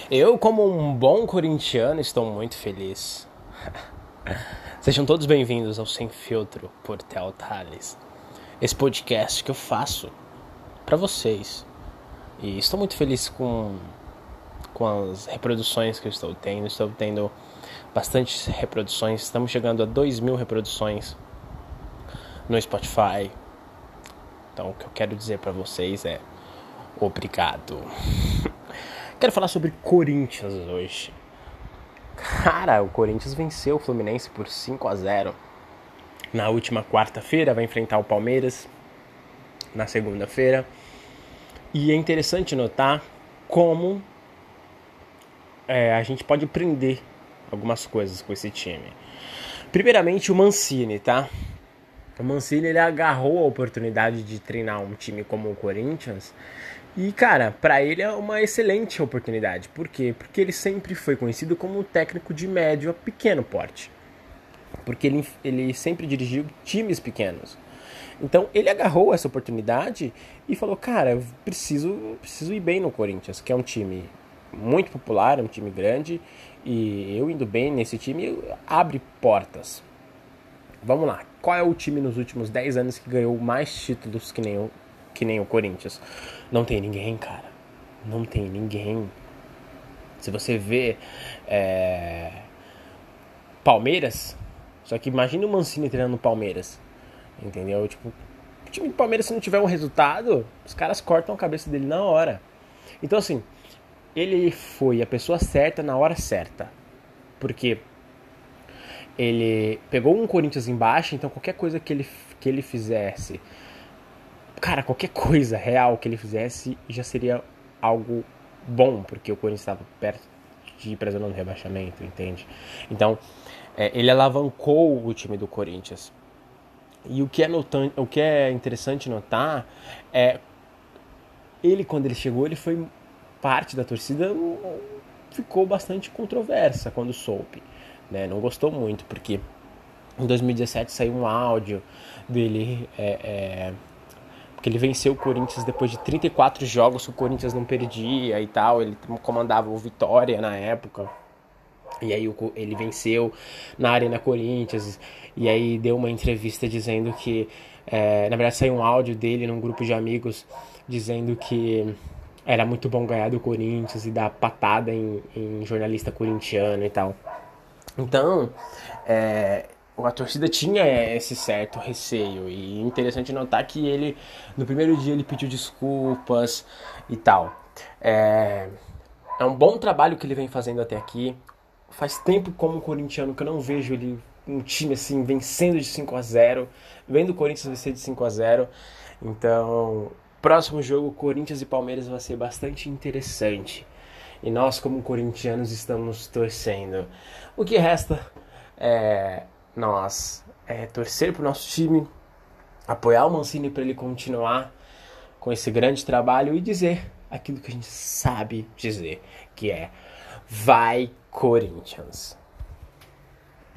Eu, como um bom corintiano, estou muito feliz. Sejam todos bem-vindos ao Sem Filtro por Theo Tales. Esse podcast que eu faço para vocês. E estou muito feliz com as reproduções que eu estou tendo. Estou tendo bastantes reproduções. Estamos chegando a 2.000 reproduções no Spotify. Então, o que eu quero dizer para vocês é obrigado. Quero falar sobre Corinthians hoje. Cara, o Corinthians venceu o Fluminense por 5-0 na última quarta-feira. Vai enfrentar o Palmeiras na segunda-feira. E é interessante notar como a gente pode aprender algumas coisas com esse time. Primeiramente, o Mancini, tá? O Mancini, ele agarrou a oportunidade de treinar um time como o Corinthians. E, cara, pra ele é uma excelente oportunidade. Por quê? Porque ele sempre foi conhecido como um técnico de médio a pequeno porte. Porque ele sempre dirigiu times pequenos. Então, ele agarrou essa oportunidade e falou, cara, eu preciso ir bem no Corinthians, que é um time muito popular, é um time grande. E eu indo bem nesse time abre portas. Vamos lá, qual é o time nos últimos 10 anos que ganhou mais títulos que nem o Corinthians? Não tem ninguém, cara. Não tem ninguém. Se você vê Palmeiras, só que imagina o Mancini treinando o Palmeiras. Entendeu? Tipo, o time do Palmeiras, se não tiver um resultado, os caras cortam a cabeça dele na hora. Então, assim, ele foi a pessoa certa na hora certa. Porque ele pegou um Corinthians embaixo, então qualquer coisa que ele fizesse, cara, qualquer coisa real que ele fizesse já seria algo bom, porque o Corinthians estava perto de ir para a zona do rebaixamento, entende? Então, ele alavancou o time do Corinthians. E o que é interessante notar é ele, quando ele chegou, ele foi parte da torcida, ficou bastante controversa quando soube. Né? Não gostou muito, porque em 2017 saiu um áudio dele, porque ele venceu o Corinthians depois de 34 jogos que o Corinthians não perdia e tal, ele comandava o Vitória na época, e aí ele venceu na Arena Corinthians, e aí deu uma entrevista dizendo que, na verdade saiu um áudio dele num grupo de amigos, dizendo que era muito bom ganhar do Corinthians e dar patada em jornalista corintiano e tal. Então, a torcida tinha esse certo receio. E interessante notar que ele, no primeiro dia, ele pediu desculpas e tal. É um bom trabalho que ele vem fazendo até aqui. Faz tempo como corintiano que eu não vejo ele, um time assim, vencendo de 5-0. Vendo o Corinthians vencer de 5-0. Então, próximo jogo, Corinthians e Palmeiras, vai ser bastante interessante. E nós, como corintianos, estamos torcendo. O que resta é nós torcer para o nosso time, apoiar o Mancini para ele continuar com esse grande trabalho e dizer aquilo que a gente sabe dizer, que é vai Corinthians!